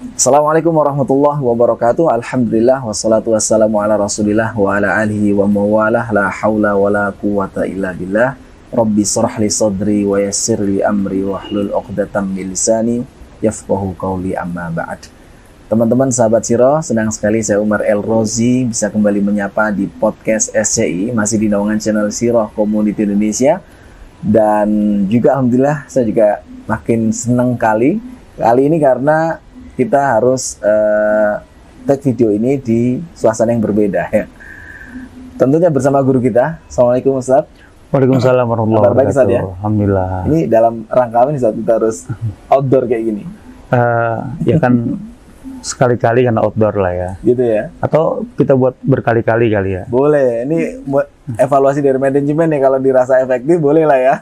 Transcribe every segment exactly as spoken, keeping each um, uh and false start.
Assalamualaikum warahmatullahi wabarakatuh. Alhamdulillah wassalatu wassalamu ala Rasulillah wa ala alihi wa mawalah la haula wa la quwata illa billah. Rabbi shrah li sadri wa yassir li amri wahlul 'uqdatam min lisani yafqahu qawli amma ba'd. Teman-teman sahabat Siro, senang sekali saya Umar El Rozi bisa kembali menyapa di podcast S C I, masih di naungan channel Siro Community Indonesia. Dan juga alhamdulillah saya juga makin senang kali kali ini karena kita harus uh, take video ini di suasana yang berbeda ya. Tentunya bersama guru kita. Assalamualaikum Ustaz. Waalaikumsalam warahmatullahi wabarakatuh. Ya? Alhamdulillah. Ini dalam rangka ini saat kita harus outdoor kayak gini. Uh, ya kan sekali-kali karena outdoor lah ya. Gitu ya. Atau kita buat berkali-kali kali ya. Boleh. Ini evaluasi dari manajemen nih, kalau dirasa efektif boleh lah ya.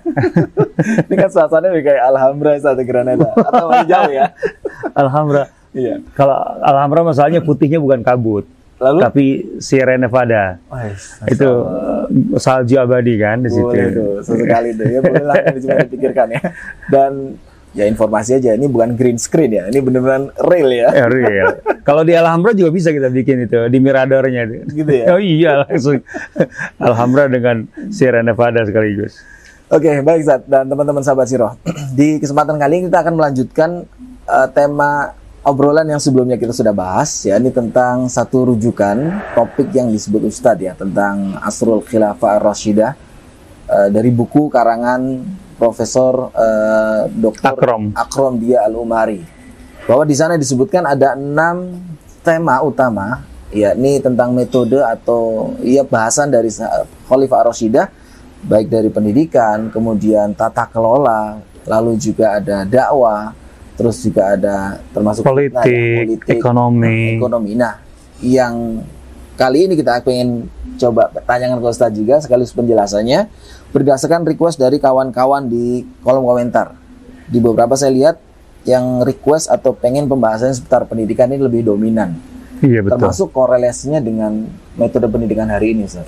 Ini kan suasananya kayak Alhambra satu Granada atau masih jauh ya. Alhambra. Iya. Kalau Alhambra masalahnya putihnya bukan kabut. Lalu? Tapi Sierra Nevada. Oh, yes. Itu uh, salju abadi kan di situ. Boleh tuh, sesekali tuh ya, boleh lah cuma dipikirkan ya. Dan ya informasi aja, ini bukan green screen ya, ini benar-benar real ya. Ya real. Kalau di Alhambra juga bisa kita bikin itu di miradornya. Gitu ya. Oh iya langsung Alhambra dengan Sierra Nevada sekaligus. Oke, okay, baik Zat dan teman-teman sahabat Siro. Di kesempatan kali ini kita akan melanjutkan uh, tema obrolan yang sebelumnya kita sudah bahas, ya, ini tentang satu rujukan topik yang disebut Ustadz ya, tentang Asrul Khilafah Ar-Rashidah uh, dari buku karangan Profesor uh, Doktor Akrom. Akrom Dia Al-Umari. Bahwa di sana disebutkan ada enam tema utama, yakni tentang metode atau ya bahasan dari Khalifah Ar-Rashidah, baik dari pendidikan, kemudian tata kelola, lalu juga ada dakwah, terus juga ada termasuk politik, nah, ya, politik ekonomi. ekonomi. Nah, yang kali ini kita pengen coba tanyakan ke Ustadz juga sekaligus penjelasannya berdasarkan request dari kawan-kawan di kolom komentar. Di beberapa saya lihat yang request atau pengen pembahasannya seputar pendidikan ini lebih dominan. Iya, betul. Termasuk korelasinya dengan metode pendidikan hari ini, Ustaz.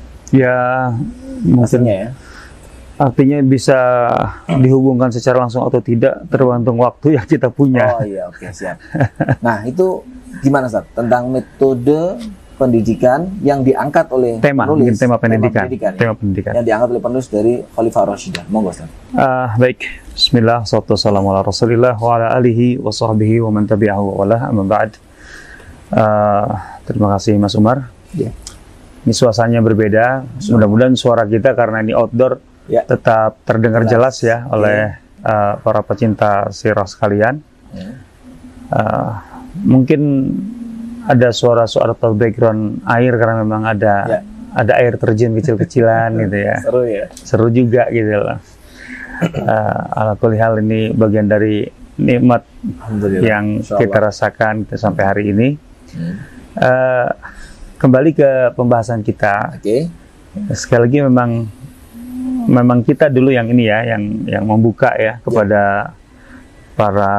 Ya, maksudnya ya. Artinya bisa dihubungkan secara langsung atau tidak tergantung waktu yang kita punya. Oh iya, oke, siap. Nah, itu gimana, Ustaz? Tentang metode pendidikan yang diangkat oleh tema, penulis, tema pendidikan, tema pendidikan, tema pendidikan yang diangkat oleh penulis dari Khalifah Ar-Rashidah. Monggo, Ustaz. Uh, baik, Bismillah, salatu wassalamu ala Rasulillah wa ala alihi wa sahbihi wa man tabi'ahu wa wala, amma ba'd. Uh, terima kasih Mas Umar. Yeah. Ini suasananya berbeda. Mudah-mudahan suara kita karena ini outdoor ya, tetap terdengar jelas, jelas ya oleh ya. uh, para pecinta sirah sekalian. Ya. Uh, mungkin ada suara-suara atau background air karena memang ada ya. ada air terjun kecil-kecilan gitu ya. Seru ya. Seru juga gitu loh. Uh, ala kulli hal ini bagian dari nikmat yang kita rasakan sampai hari ini. Hmm. Uh, kembali ke pembahasan kita. Oke. Okay. Sekali lagi memang memang kita dulu yang ini ya, yang yang membuka ya kepada ya. para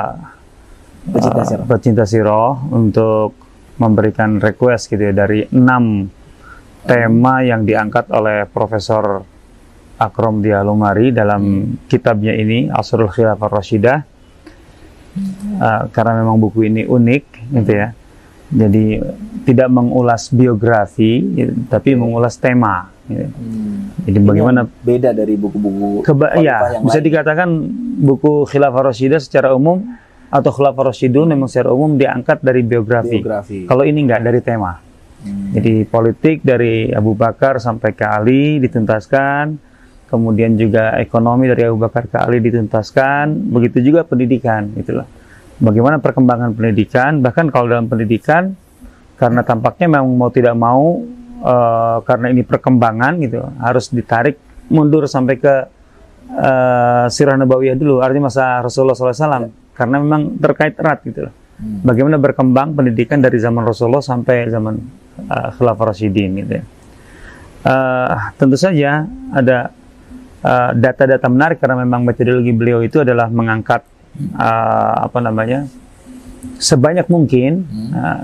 pecinta uh, siro. pecinta siro untuk memberikan request gitu ya dari enam hmm. tema yang diangkat oleh Profesor Akrom Dia Al-Umari dalam hmm. kitabnya ini Asrul Khilafah Ar-Rashidah. Hmm. Uh, karena memang buku ini unik gitu ya. Jadi tidak mengulas biografi, tapi mengulas tema. Gitu. Hmm. Jadi bagaimana beda dari buku-buku ya, bisa lain. Dikatakan buku Khilafah Rashidah secara umum atau Khilafah Rasyidun memang secara umum diangkat dari biografi. biografi. Kalau ini enggak, dari tema. Hmm. Jadi politik dari Abu Bakar sampai ke Ali dituntaskan, kemudian juga ekonomi dari Abu Bakar ke Ali dituntaskan, begitu juga pendidikan, itulah. Bagaimana perkembangan pendidikan, bahkan kalau dalam pendidikan, karena tampaknya memang mau tidak mau, uh, karena ini perkembangan gitu, harus ditarik mundur sampai ke uh, Sirah Nabawiyah dulu, artinya masa Rasulullah shallallahu alaihi wasallam, ya. Karena memang terkait erat gitu loh. Hmm. Bagaimana berkembang pendidikan dari zaman Rasulullah sampai zaman uh, Khilafah Rasyidin gitu ya. Uh, tentu saja ada data-data uh, menarik karena memang metodologi beliau itu adalah mengangkat Uh, apa namanya sebanyak mungkin uh,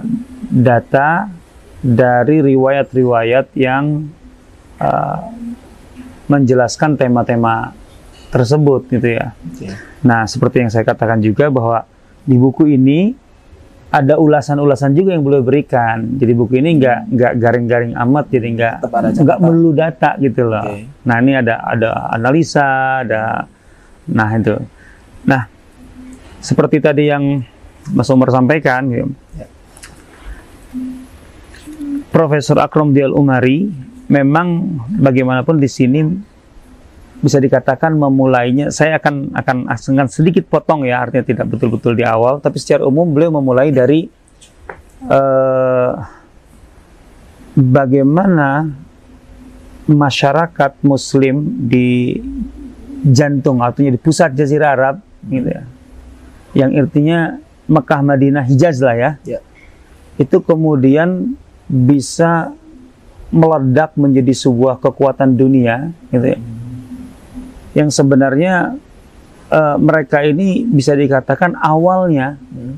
data dari riwayat-riwayat yang uh, menjelaskan tema-tema tersebut gitu ya. Okay. Nah, seperti yang saya katakan juga bahwa di buku ini ada ulasan-ulasan juga yang boleh berikan. Jadi buku ini nggak nggak garing-garing amat, jadi nggak nggak melulu data gitu loh. Okay. Nah ini ada ada analisa, ada nah itu. Nah seperti tadi yang Mas Umar sampaikan, gitu. Ya. Profesor Akram Dial Umari memang bagaimanapun di sini bisa dikatakan memulainya, saya akan akan akan sedikit potong ya, artinya tidak betul-betul di awal, tapi secara umum beliau memulai dari uh, bagaimana masyarakat Muslim di jantung, artinya di pusat Jazirah Arab, gitu ya, yang artinya Mekah, Madinah, Hijaz lah ya, ya. Itu kemudian bisa meledak menjadi sebuah kekuatan dunia, gitu ya. Yang sebenarnya uh, mereka ini bisa dikatakan awalnya hmm.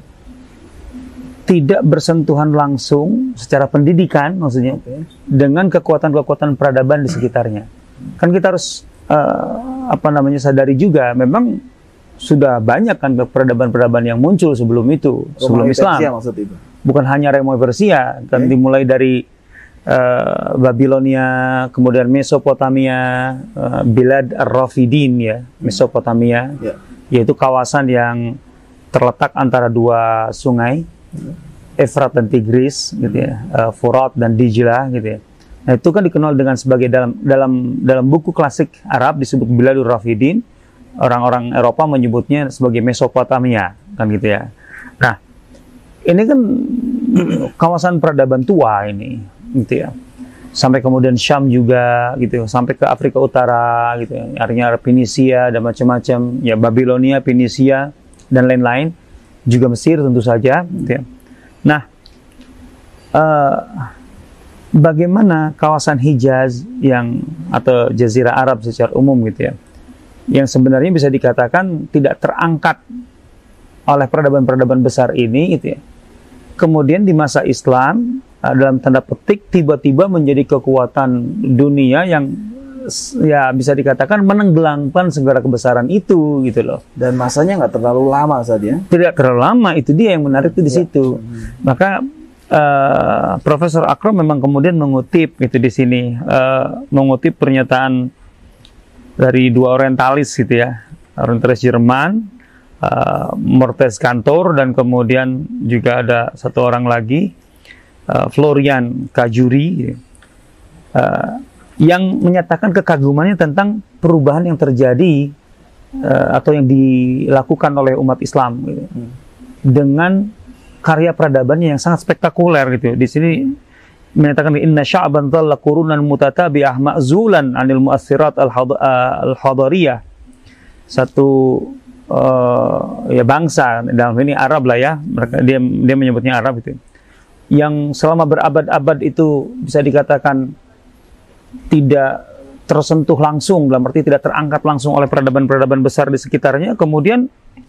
tidak bersentuhan langsung secara pendidikan, maksudnya okay. dengan kekuatan-kekuatan peradaban di sekitarnya. Kan kita harus uh, apa namanya sadari juga, memang sudah banyak kan peradaban-peradaban yang muncul sebelum itu, Romawi sebelum Islam. Persia, maksud itu. Bukan hanya Romawi Persia, okay. kan dimulai dari Uh, Babilonia, kemudian Mesopotamia, uh, Bilad Ar-Rafidin ya, Mesopotamia, yeah. yaitu kawasan yang terletak antara dua sungai, yeah. Efrat dan Tigris, gitu ya, uh, Furat dan Dijlah, gitu ya. Nah itu kan dikenal dengan sebagai dalam dalam dalam buku klasik Arab disebut Biladur Rafidin, orang-orang Eropa menyebutnya sebagai Mesopotamia, kan gitu ya. Nah ini kan kawasan peradaban tua ini. Gitu ya, sampai kemudian Syam juga gitu, sampai ke Afrika Utara gitu ya, artinya Pinisia dan macam-macam ya, Babilonia, Pinisia dan lain-lain, juga Mesir tentu saja gitu ya. Nah uh, bagaimana kawasan Hijaz yang atau Jazirah Arab secara umum gitu ya, yang sebenarnya bisa dikatakan tidak terangkat oleh peradaban-peradaban besar ini gitu ya, kemudian di masa Islam dalam tanda petik tiba-tiba menjadi kekuatan dunia yang ya bisa dikatakan menenggelamkan segala kebesaran itu gitu loh. Dan masanya nggak terlalu lama saja. Tidak terlalu lama, itu dia yang menarik itu di ya. situ. Hmm. Maka uh, Profesor Akram memang kemudian mengutip itu di sini, uh, mengutip pernyataan dari dua orientalis gitu ya, orientalis Jerman, uh, Mortes Kantor, dan kemudian juga ada satu orang lagi, Uh, Florian Kajuri, uh, yang menyatakan kekagumannya tentang perubahan yang terjadi uh, atau yang dilakukan oleh umat Islam gitu, hmm. dengan karya peradabannya yang sangat spektakuler gitu. Di sini menyatakan inna sya'ban dhalla qurunan mutatabi'ah ma'zulan 'anil mu'assirat al-hadariyah. Satu uh, ya bangsa, dalam ini Arab lah ya, mereka dia dia menyebutnya Arab itu, yang selama berabad-abad itu bisa dikatakan tidak tersentuh langsung, dalam arti tidak terangkat langsung oleh peradaban-peradaban besar di sekitarnya, kemudian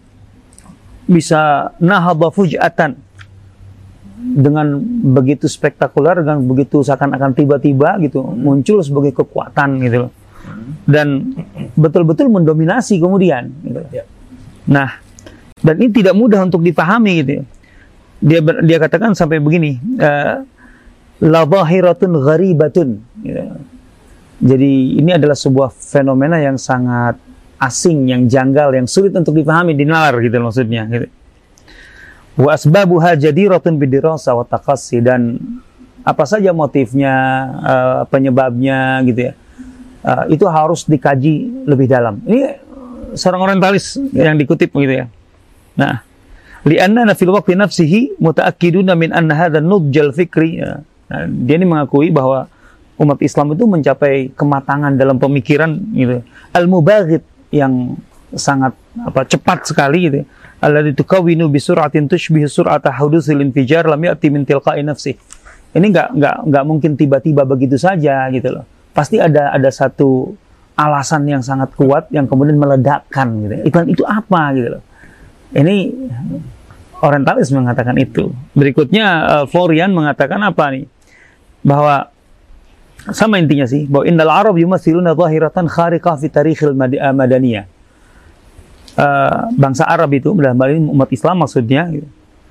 bisa nahadha fuj'atan dengan begitu spektakuler, dengan begitu seakan-akan tiba-tiba gitu muncul sebagai kekuatan gitu loh, dan betul-betul mendominasi kemudian gitu. Nah, dan ini tidak mudah untuk dipahami gitu. Dia dia katakan sampai begini, la dhahiratun gharibatun. Jadi ini adalah sebuah fenomena yang sangat asing, yang janggal, yang sulit untuk dipahami, dinalar gitu maksudnya gitu. Wa asbabuha jadiratun bidirasa wa taqassi, dan apa saja motifnya, uh, penyebabnya gitu ya, uh, itu harus dikaji lebih dalam. Ini seorang orientalis ya. yang dikutip gitu ya. Nah, li'annana fil waqti nafsihi muta'akkiduna min anna hadha nudjal fikri. Nah, dia ini mengakui bahwa umat Islam itu mencapai kematangan dalam pemikiran gitu, al-mubaghid, yang sangat apa cepat sekali gitu, alladzi tukawinu bi sur'atin tushbihu sur'ata hudusil infijar lam ya'ti min tilqa'i nafsi. Ini enggak enggak enggak mungkin tiba-tiba begitu saja gitu loh. Pasti ada ada satu alasan yang sangat kuat yang kemudian meledakkan gitu. Itu itu apa gitu loh. Ini orientalis mengatakan itu. Berikutnya uh, Florian mengatakan apa nih? Bahwa sama intinya sih, bahwa innal arab yumathiluna zahiratan khariqah fi tarikhil madaniyah. Uh, bangsa Arab itu, dalam hal ini umat Islam maksudnya, gitu,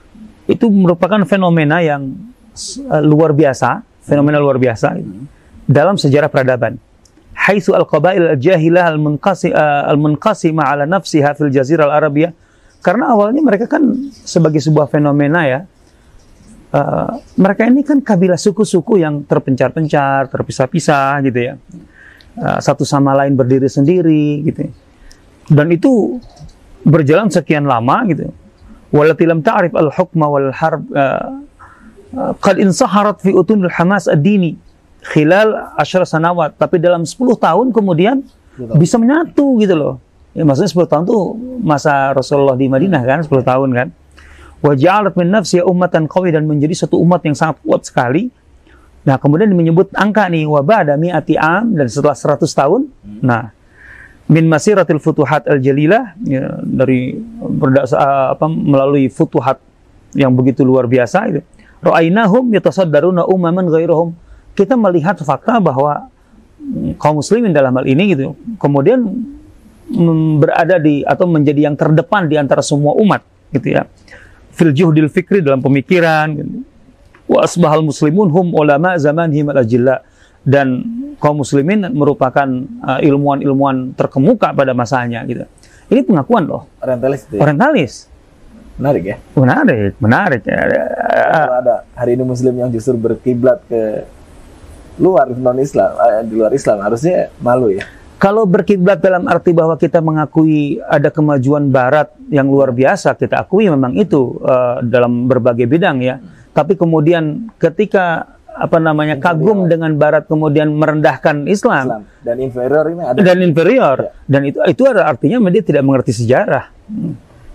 itu merupakan fenomena yang uh, luar biasa, fenomena luar biasa gitu, dalam sejarah peradaban. Haitsu al-qabail al-jahilah al-munqasi uh, al-munqasima ala nafsiha fil jazirah al-arabiyah. Karena awalnya mereka kan sebagai sebuah fenomena ya, uh, mereka ini kan kabilah suku-suku yang terpencar-pencar, terpisah-pisah gitu ya. Uh, satu sama lain berdiri sendiri gitu. Dan itu berjalan sekian lama gitu. Walati lam ta'rif al-hukma wal harb qad insaharat fi utunil hamas ad-dini khilal asyara sanawat, tapi dalam sepuluh tahun kemudian bisa menyatu gitu loh. Ya maksudnya sepuluh tahun tuh masa Rasulullah di Madinah kan, sepuluh tahun kan. Wa ja'alat min nafsi ummatan qawi, dan menjadi satu umat yang sangat kuat sekali. Nah, kemudian menyebut angka nih wa ba'da mi'ati am, dan setelah seratus tahun. Nah, min masiratil futuhat al-jalilah, ya, dari berdasar apa melalui futuhat yang begitu luar biasa itu. Ra'ainahum yatasaddaruna umaman ghairuhum. Kita melihat fakta bahwa kaum muslimin dalam hal ini gitu kemudian berada di atau menjadi yang terdepan di antara semua umat gitu ya. Fil juhdil fikri, dalam pemikiran gitu. Wa asbahal muslimun hum ulama zamanihim al-ajilla, dan kaum muslimin merupakan uh, ilmuwan-ilmuwan terkemuka pada masanya gitu. Ini pengakuan loh. Orientalis. Ya? Orientalis. Menarik ya? Menarik, menarik. Kalau ada hari ini Muslim yang justru berkiblat ke luar non-Islam, eh, di luar Islam, harusnya malu ya? Kalau berkiblat dalam arti bahwa kita mengakui ada kemajuan Barat yang luar biasa, kita akui memang itu uh, dalam berbagai bidang ya. Tapi kemudian ketika apa namanya kagum dengan Barat kemudian merendahkan Islam, Islam. dan inferior ini ada dan inferior ya. Dan itu itu ada artinya dia tidak mengerti sejarah. Hmm.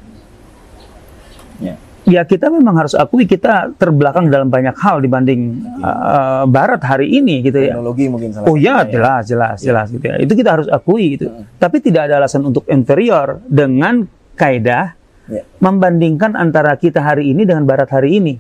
Ya. Ya kita memang harus akui kita terbelakang dalam banyak hal dibanding uh, Barat hari ini gitu ya. Teknologi mungkin salah. Oh ya jelas jelas ya. jelas gitu ya. Itu kita harus akui gitu. Hmm. Tapi tidak ada alasan untuk inferior dengan kaidah ya. Membandingkan antara kita hari ini dengan Barat hari ini.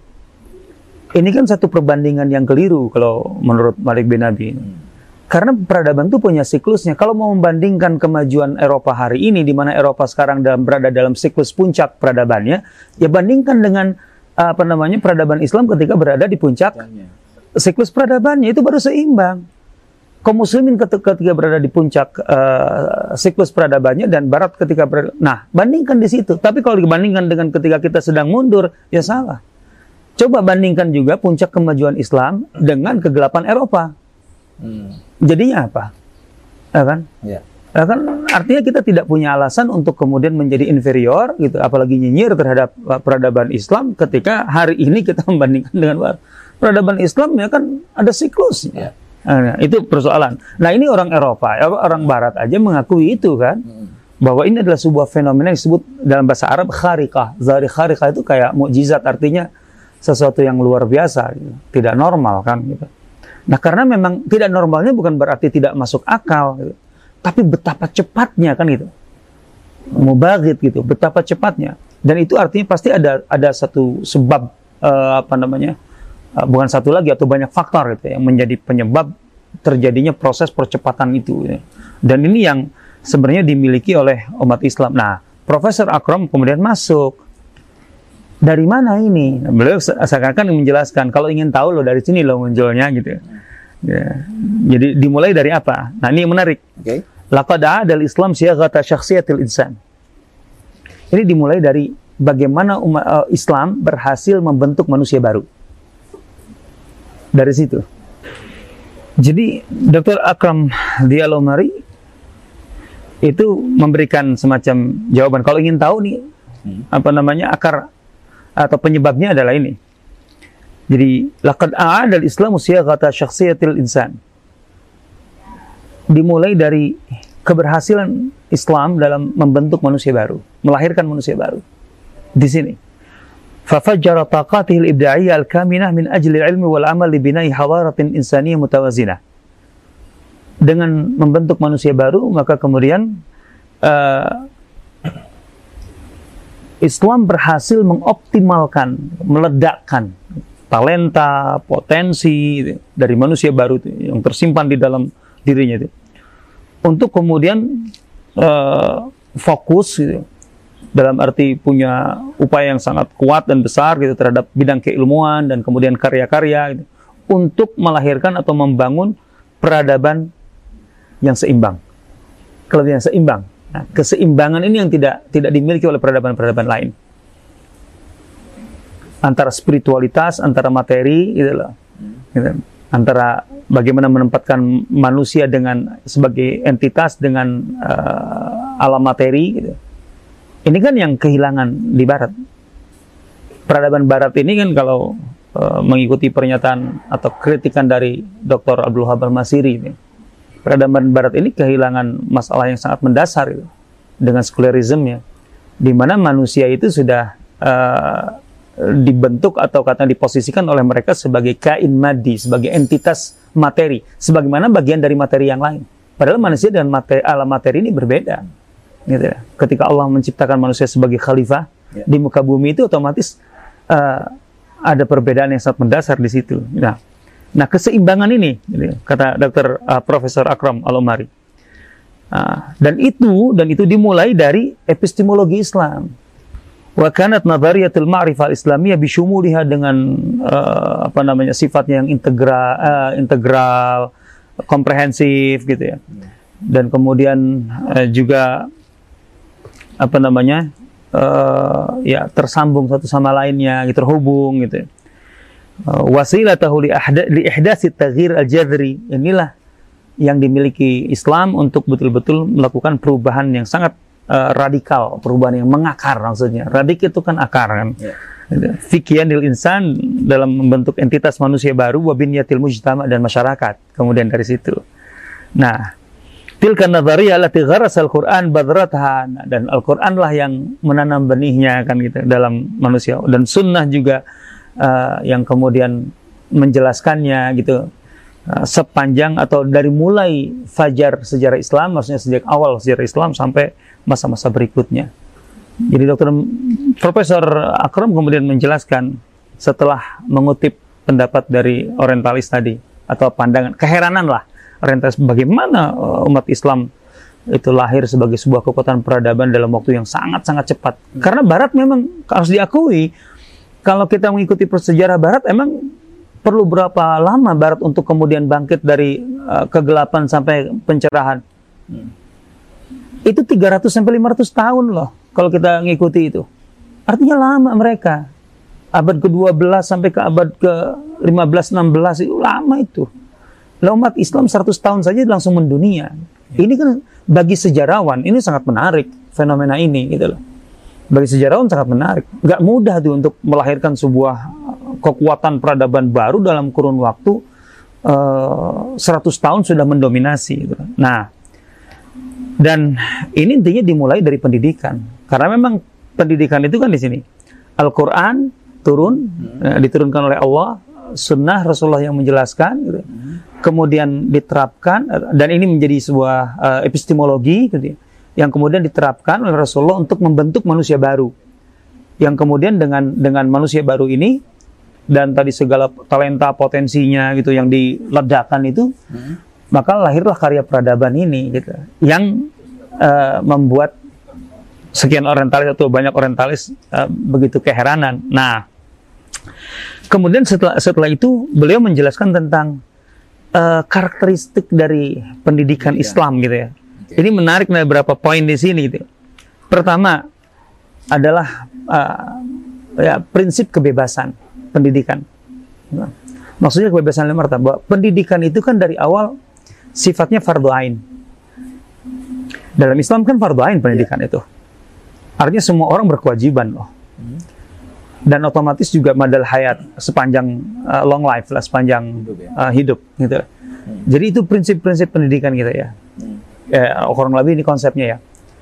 Ini kan satu perbandingan yang keliru kalau menurut Malik bin Abi. Hmm. Karena peradaban itu punya siklusnya. Kalau mau membandingkan kemajuan Eropa hari ini, di mana Eropa sekarang dalam, berada dalam siklus puncak peradabannya, ya bandingkan dengan apa namanya peradaban Islam ketika berada di puncak siklus peradabannya, itu baru seimbang. Kaum muslimin ketika, ketika berada di puncak uh, siklus peradabannya dan Barat ketika berada, nah bandingkan di situ. Tapi kalau dibandingkan dengan ketika kita sedang mundur, ya salah. Coba bandingkan juga puncak kemajuan Islam dengan kegelapan Eropa. Hmm. Jadinya apa? Ya kan? Ya. Ya kan? Artinya kita tidak punya alasan untuk kemudian menjadi inferior, gitu. Apalagi nyinyir terhadap peradaban Islam ketika hari ini kita membandingkan dengan Barat. Peradaban Islam ya kan ada siklusnya. Ya. Nah, itu persoalan. Nah ini orang Eropa, orang Barat aja mengakui itu kan. Hmm. Bahwa ini adalah sebuah fenomena yang disebut dalam bahasa Arab khariqah. Zari khariqah itu kayak mukjizat, artinya sesuatu yang luar biasa, gitu. Tidak normal kan gitu. Nah karena memang tidak normalnya bukan berarti tidak masuk akal gitu. Tapi betapa cepatnya kan gitu. Mubaghit gitu, betapa cepatnya. Dan itu artinya pasti ada ada satu sebab uh, apa namanya? Uh, bukan satu lagi atau banyak faktor gitu yang menjadi penyebab terjadinya proses percepatan itu gitu. Dan ini yang sebenarnya dimiliki oleh umat Islam. Nah, Profesor Akram kemudian masuk. Dari mana ini? Beliau seakan-akan menjelaskan, kalau ingin tahu loh dari sini loh munculnya gitu. Ya. Jadi dimulai dari apa? Nah ini yang menarik. Okay. Laqad a'adal Islam siyaghata syakhsiyatil insan. Ini dimulai dari bagaimana umat uh, Islam berhasil membentuk manusia baru. Dari situ. Jadi Doktor Akram Dialomari itu memberikan semacam jawaban. Kalau ingin tahu nih hmm. apa namanya akar atau penyebabnya adalah ini. Jadi laqad a'adal Islamu siyaghata syakhsiyatil insan. Dimulai dari keberhasilan Islam dalam membentuk manusia baru, melahirkan manusia baru. Di sini. Fa fajjara taqatihi al-ibda'iyyah al-kaminah min ajli al-'ilmi wal 'amal li bina'i hadaratin insaniyah mutawazinah. Dengan membentuk manusia baru, maka kemudian uh, Islam berhasil mengoptimalkan, meledakkan talenta, potensi dari manusia baru itu, yang tersimpan di dalam dirinya itu, untuk kemudian uh, fokus gitu, dalam arti punya upaya yang sangat kuat dan besar gitu terhadap bidang keilmuan dan kemudian karya-karya gitu, untuk melahirkan atau membangun peradaban yang seimbang, kelebihan seimbang. Nah, keseimbangan ini yang tidak tidak dimiliki oleh peradaban-peradaban lain, antara spiritualitas, antara materi, gitu loh, gitu. Antara bagaimana menempatkan manusia dengan sebagai entitas dengan uh, alam materi, gitu. Ini kan yang kehilangan di Barat. Peradaban Barat ini kan kalau uh, mengikuti pernyataan atau kritikan dari Doktor Abdul Wahab Al-Masiri ini, peradaban Barat ini kehilangan masalah yang sangat mendasar itu, dengan sekularismenya, di mana manusia itu sudah uh, dibentuk atau katanya diposisikan oleh mereka sebagai kain madi, sebagai entitas materi, sebagaimana bagian dari materi yang lain. Padahal manusia dan materi, alam materi ini berbeda. Gitu ya. Ketika Allah menciptakan manusia sebagai khalifah ya. di muka bumi itu otomatis uh, ada perbedaan yang sangat mendasar di situ. Nah, nah keseimbangan ini, gitu, kata Doktor Uh, Profesor Akram Al-Umari, uh, dan itu dan itu dimulai dari epistemologi Islam. Wa kanat nadhariyatul ma'rifah al-islamiyah bisyumuliha, dengan uh, apa namanya sifatnya yang integral, uh, integral, komprehensif gitu ya. Dan kemudian uh, juga apa namanya uh, ya tersambung satu sama lainnya, gitu, terhubung gitu. Uh, wasilatahu li ahda li ihdasi taghyir al-jadri, inilah yang dimiliki Islam untuk betul-betul melakukan perubahan yang sangat uh, radikal, perubahan yang mengakar maksudnya. Radik itu kan akar kan. Yeah. Fikyanil insan, dalam membentuk entitas manusia baru, wa binyatil mujtama, dan masyarakat. Kemudian dari situ. Nah, tilka nadhariyah allati gharasa al-Qur'an badratha, dan Al-Qur'an lah yang menanam benihnya kan gitu dalam manusia, dan sunnah juga uh, yang kemudian menjelaskannya gitu uh, sepanjang atau dari mulai fajar sejarah Islam, maksudnya sejak awal sejarah Islam sampai masa-masa berikutnya. Jadi Doktor Profesor Akram kemudian menjelaskan setelah mengutip pendapat dari orientalis tadi, atau pandangan keheranan lah orientalis, bagaimana umat Islam itu lahir sebagai sebuah kekuatan peradaban dalam waktu yang sangat-sangat cepat. Hmm. Karena Barat memang harus diakui, kalau kita mengikuti sejarah Barat, emang perlu berapa lama Barat untuk kemudian bangkit dari uh, kegelapan sampai pencerahan. Hmm. Itu tiga ratus sampai lima ratus tahun loh, kalau kita mengikuti itu. Artinya lama mereka. Abad ke dua belas sampai ke abad ke lima belas enam belas itu lama itu. Lah umat Islam seratus tahun saja langsung mendunia. Ya. Ini kan bagi sejarawan ini sangat menarik fenomena ini gitu loh. Bagi sejarawan sangat menarik. Gak mudah tuh untuk melahirkan sebuah kekuatan peradaban baru dalam kurun waktu uh, seratus tahun sudah mendominasi gitu. Nah, dan ini intinya dimulai dari pendidikan. Karena memang pendidikan itu kan di sini Al-Qur'an turun, hmm. diturunkan oleh Allah, sunnah Rasulullah yang menjelaskan gitu. Hmm. Kemudian diterapkan, dan ini menjadi sebuah uh, epistemologi gitu, yang kemudian diterapkan oleh Rasulullah untuk membentuk manusia baru, yang kemudian dengan dengan manusia baru ini dan tadi segala talenta potensinya gitu yang diledakkan itu, hmm. maka lahirlah karya peradaban ini gitu, yang uh, membuat sekian orientalis atau banyak orientalis uh, begitu keheranan. Nah, kemudian setelah setelah itu beliau menjelaskan tentang Uh, karakteristik dari pendidikan Islam gitu ya. Okay. Ini menarik, ada beberapa poin di sini gitu. Pertama adalah uh, ya, prinsip kebebasan pendidikan. Nah, maksudnya kebebasan dalam arti bahwa pendidikan itu kan dari awal sifatnya fardhu ain. Dalam Islam kan fardhu ain pendidikan yeah. itu. Artinya semua orang berkewajiban loh. Hmm. Dan otomatis juga madal hayat, sepanjang uh, long life lah, sepanjang hidup, ya? uh, hidup gitu. Hmm. Jadi itu prinsip-prinsip pendidikan kita ya. Hmm. Ya, kurang lebih ini konsepnya ya.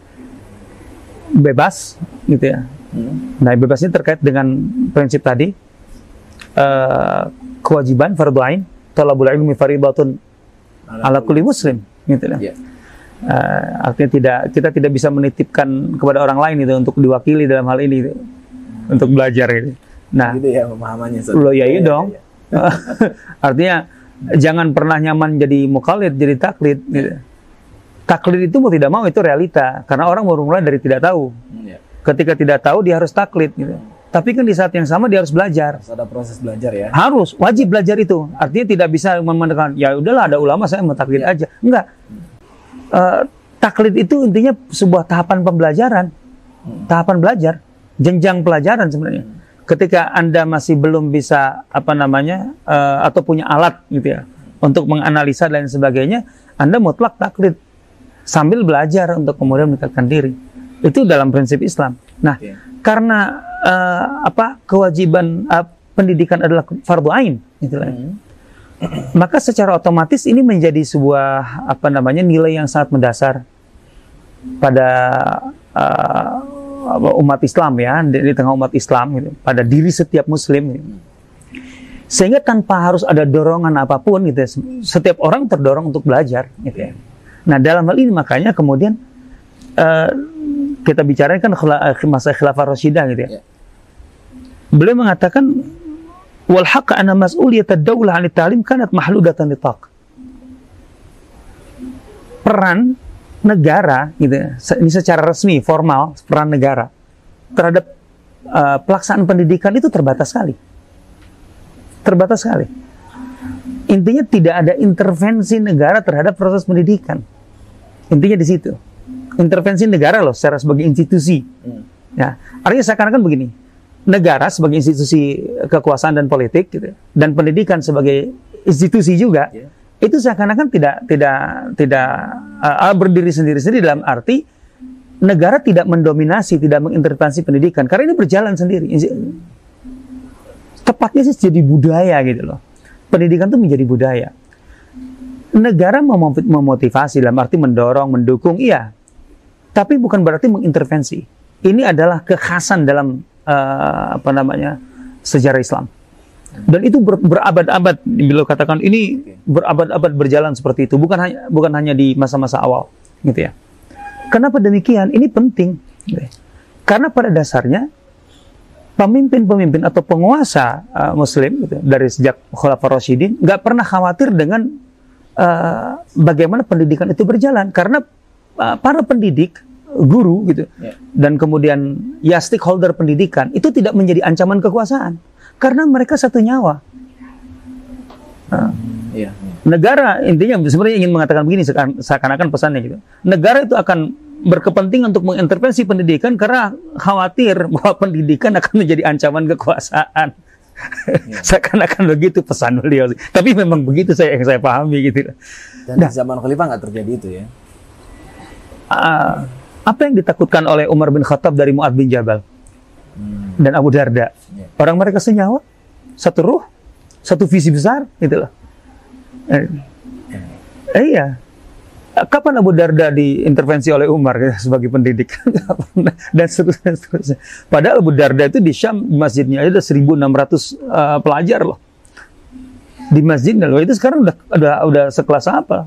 Bebas gitu ya. Hmm. Nah, bebasnya terkait dengan prinsip tadi, uh, kewajiban fardhu ain, talabul ilmi fardhatun ala kulli muslim gitu ya. Yeah. Uh, artinya tidak, kita tidak bisa menitipkan kepada orang lain itu untuk diwakili dalam hal ini gitu. Untuk belajar gitu. Nah, gitu ya pemahamannya. Lo ya, iya dong. Ya, ya. Artinya jangan pernah nyaman jadi mukallid, jadi taklid gitu. Taklid itu mau tidak mau itu realita, karena orang baru mulai dari tidak tahu. Ya. Ketika tidak tahu dia harus taklid gitu. Tapi kan di saat yang sama dia harus belajar. Harus ada proses belajar ya. Harus, wajib belajar itu. Artinya tidak bisa memandangkan ya udahlah ada ulama saya mau taklid aja. Enggak. Uh, taklid itu intinya sebuah tahapan pembelajaran. Hmm. Tahapan belajar, jenjang pelajaran sebenarnya. Hmm. Ketika Anda masih belum bisa apa namanya uh, atau punya alat gitu ya untuk menganalisa dan sebagainya, Anda mutlak taklid sambil belajar untuk kemudian meningkatkan diri. Itu dalam prinsip Islam. Nah, okay. karena uh, apa kewajiban uh, pendidikan adalah fardhu ain, gitu lah. Hmm. Maka secara otomatis ini menjadi sebuah apa namanya nilai yang sangat mendasar pada uh, umat Islam ya, di, di tengah umat Islam gitu, pada diri setiap Muslim. Gitu. Sehingga tanpa harus ada dorongan apapun gitu, setiap orang terdorong untuk belajar. Gitu ya. Nah dalam hal ini makanya kemudian uh, kita bicarakan kan masa khilafah Rasyidah gitu ya. Beliau mengatakan wal haqq anna mas'uliyat ad-daulah 'an at-ta'lim kanat mahludatan litaq. Peran negara gitu ya, ini secara resmi formal peran negara terhadap uh, pelaksanaan pendidikan itu terbatas sekali. Terbatas sekali. Intinya tidak ada intervensi negara terhadap proses pendidikan. Intinya di situ. Intervensi negara loh secara sebagai institusi. Hmm. Ya, artinya seakan-akan begini. Negara sebagai institusi kekuasaan dan politik gitu, dan pendidikan sebagai institusi juga, yeah. itu seakan-akan tidak tidak tidak uh, berdiri sendiri-sendiri dalam arti negara tidak mendominasi, tidak mengintervensi pendidikan karena ini berjalan sendiri. Tepatnya sih jadi budaya gitu loh. Pendidikan itu menjadi budaya. Negara memotivasi dalam arti mendorong, mendukung, iya. Tapi bukan berarti mengintervensi. Ini adalah kekhasan dalam uh, apa namanya sejarah Islam. Dan itu ber, berabad-abad. Beliau katakan ini berabad-abad berjalan seperti itu. Bukan hanya bukan hanya di masa-masa awal, gitu ya. Kenapa demikian? Ini penting. Gitu ya. Karena pada dasarnya pemimpin-pemimpin atau penguasa uh, Muslim gitu, dari sejak Khulafaur Rasyidin nggak pernah khawatir dengan uh, bagaimana pendidikan itu berjalan. Karena uh, para pendidik, guru gitu, yeah. dan kemudian ya stakeholder pendidikan itu tidak menjadi ancaman kekuasaan karena mereka satu nyawa. Nah, yeah, yeah. Negara intinya sebenarnya ingin mengatakan begini seakan-akan pesannya gitu. Negara itu akan berkepentingan untuk mengintervensi pendidikan karena khawatir bahwa pendidikan akan menjadi ancaman kekuasaan. Yeah. Seakan-akan begitu pesan beliau. Tapi memang begitu saya yang saya pahami gitu. Dan nah, di zaman Khalifah nggak terjadi itu ya. Uh, Apa yang ditakutkan oleh Umar bin Khattab dari Mu'adz bin Jabal hmm. dan Abu Darda? Yeah. Orang mereka senyawa, satu ruh, satu visi besar, gitu loh. Eh, eh, iya. Kapan Abu Darda diintervensi oleh Umar ya, sebagai pendidik? Dan seterusnya, seterusnya. Padahal Abu Darda itu di Syam, di masjidnya ada seribu enam ratus uh, pelajar loh. Di masjidnya loh, itu sekarang udah, udah, udah sekelas apa?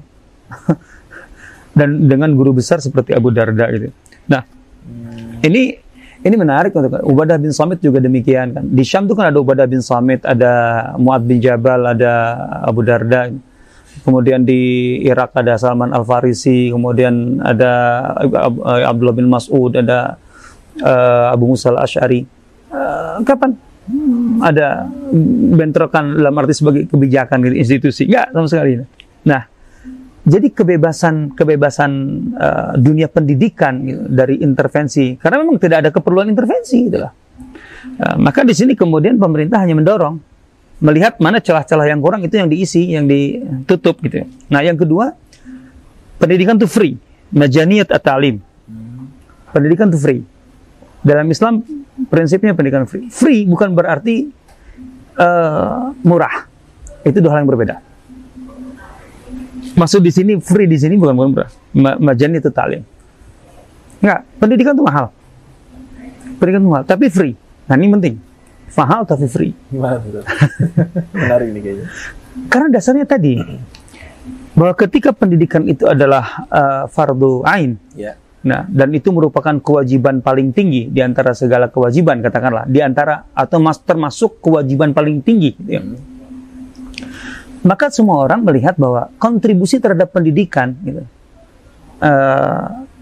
Dan dengan guru besar seperti Abu Darda gitu. Nah, hmm. ini ini menarik untuk Ubadah bin Samit juga demikian kan. Di Syam itu kan ada Ubadah bin Samit, ada Mu'adz bin Jabal, ada Abu Darda. Kemudian di Irak ada Salman Al-Farisi, kemudian ada Abdullah bin Mas'ud, ada uh, Abu Musa Al-Asy'ari. Uh, kapan? Hmm, ada bentrokan dalam arti sebagai kebijakan gitu, institusi. Enggak sama sekali. Nah, jadi kebebasan kebebasan uh, dunia pendidikan gitu, dari intervensi karena memang tidak ada keperluan intervensi gitu lah. Uh, maka di sini kemudian pemerintah hanya mendorong, melihat mana celah-celah yang kurang itu yang diisi, yang ditutup gitu. Nah yang kedua, pendidikan itu free, majaniyat at-ta'lim. Pendidikan itu free. Dalam Islam prinsipnya pendidikan free. Free bukan berarti uh, murah. Itu dua hal yang berbeda. Maksud di sini free di sini bukan bukan murah. Majan itu ta'lim. Enggak, pendidikan itu mahal. Pendidikan itu mahal, tapi free. Nah, ini penting. Mahal tapi free. Gimana betul? Menarik nih kayaknya. Karena dasarnya tadi bahwa ketika pendidikan itu adalah uh, fardhu ain. Ya. Nah, dan itu merupakan kewajiban paling tinggi di antara segala kewajiban, katakanlah, di antara atau mas, termasuk kewajiban paling tinggi gitu ya. Hmm. Maka semua orang melihat bahwa kontribusi terhadap pendidikan gitu, uh,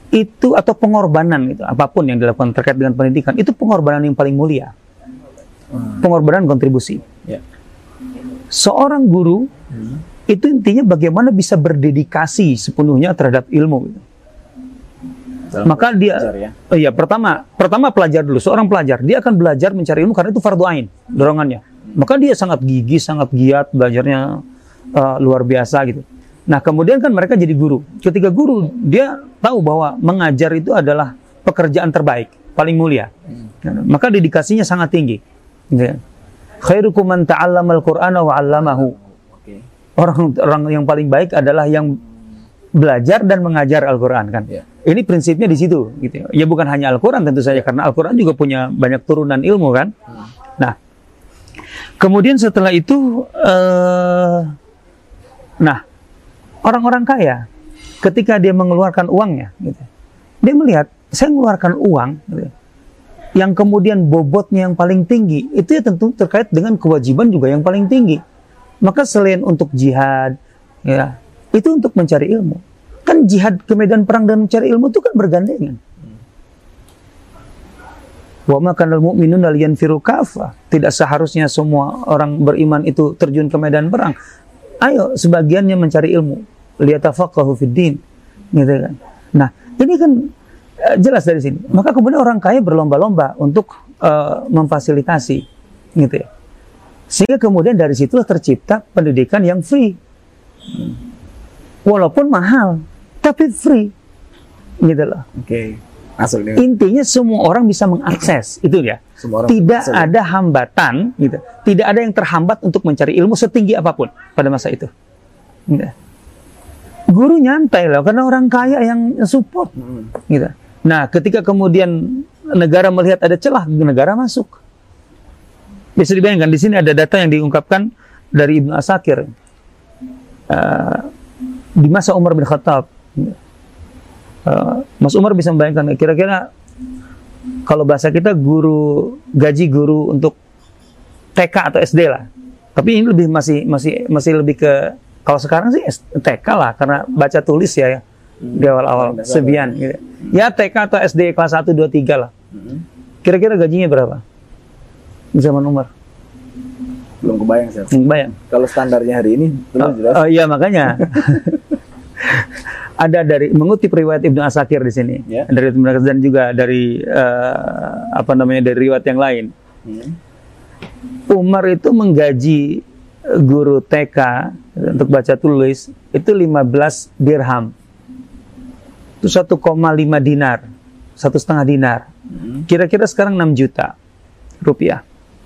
itu atau pengorbanan itu apapun yang dilakukan terkait dengan pendidikan itu pengorbanan yang paling mulia, pengorbanan kontribusi. Ya. Seorang guru hmm. itu intinya bagaimana bisa berdedikasi sepenuhnya terhadap ilmu. Dalam Maka dia, ya? oh iya pertama, pertama pelajar dulu. Seorang pelajar dia akan belajar mencari ilmu karena itu fardu ain dorongannya. Maka dia sangat gigih, sangat giat belajarnya uh, luar biasa gitu. Nah kemudian kan mereka jadi guru. Ketika guru dia tahu bahwa mengajar itu adalah pekerjaan terbaik, paling mulia. Hmm. Maka dedikasinya sangat tinggi. Gitu. Khairukum man ta'allamal Qur'ana wa 'allamahu. Okay. Orang orang yang paling baik adalah yang belajar dan mengajar Al-Qur'an kan. Yeah. Ini prinsipnya di situ gitu. Ya bukan hanya Al-Qur'an tentu saja karena Al-Qur'an juga punya banyak turunan ilmu kan. Hmm. Nah, kemudian setelah itu uh, nah orang-orang kaya, ketika dia mengeluarkan uangnya, gitu, dia melihat, saya mengeluarkan uang, gitu, yang kemudian bobotnya yang paling tinggi, itu ya tentu terkait dengan kewajiban juga yang paling tinggi. Maka selain untuk jihad, ya, itu untuk mencari ilmu. Kan jihad ke medan perang dan mencari ilmu itu kan bergandengan. Wa ma kanal mu'minuna liyanfiru kafah. Tidak seharusnya semua orang beriman itu terjun ke medan perang. Ayo sebagiannya mencari ilmu, liyatafaqahu fid din, gitu kan. Nah, ini kan uh, jelas dari sini. Maka kemudian orang kaya berlomba-lomba untuk uh, memfasilitasi, gitu ya. Sehingga kemudian dari situlah tercipta pendidikan yang free. Walaupun mahal, tapi free. Gitu loh. Oke. Okay. Masuk nih. Intinya semua orang bisa mengakses itu ya. Tidak ada hambatan, gitu. Tidak ada yang terhambat untuk mencari ilmu setinggi apapun pada masa itu. Gitu. Guru nyantai loh, karena orang kaya yang support. Gitu. Nah, ketika kemudian negara melihat ada celah, negara masuk. Bisa dibayangkan di sini ada data yang diungkapkan dari Ibnu Asakir uh, di masa Umar bin Khattab. Uh, Mas Umar bisa membayangkan kira-kira kalau bahasa kita guru gaji guru untuk T K atau S D lah. Tapi ini lebih masih masih masih lebih ke kalau sekarang sih T K lah karena baca tulis ya, ya hmm. di awal-awal sebian gitu. Ya T K atau S D kelas satu, dua, tiga lah. Kira-kira gajinya berapa? Zaman Umar. Belum kebayang sih. Belum kebayang. Kalau standarnya hari ini belum jelas. Oh, oh iya makanya. Ada dari mengutip riwayat Ibnu Asakir di sini, yeah. dari Ibnu Asakir dan juga dari uh, apa namanya dari riwayat yang lain. Hmm. Umar itu menggaji guru T K untuk baca tulis itu lima belas dirham. Itu satu koma lima dinar, satu setengah dinar. Hmm. Kira-kira sekarang enam juta rupiah.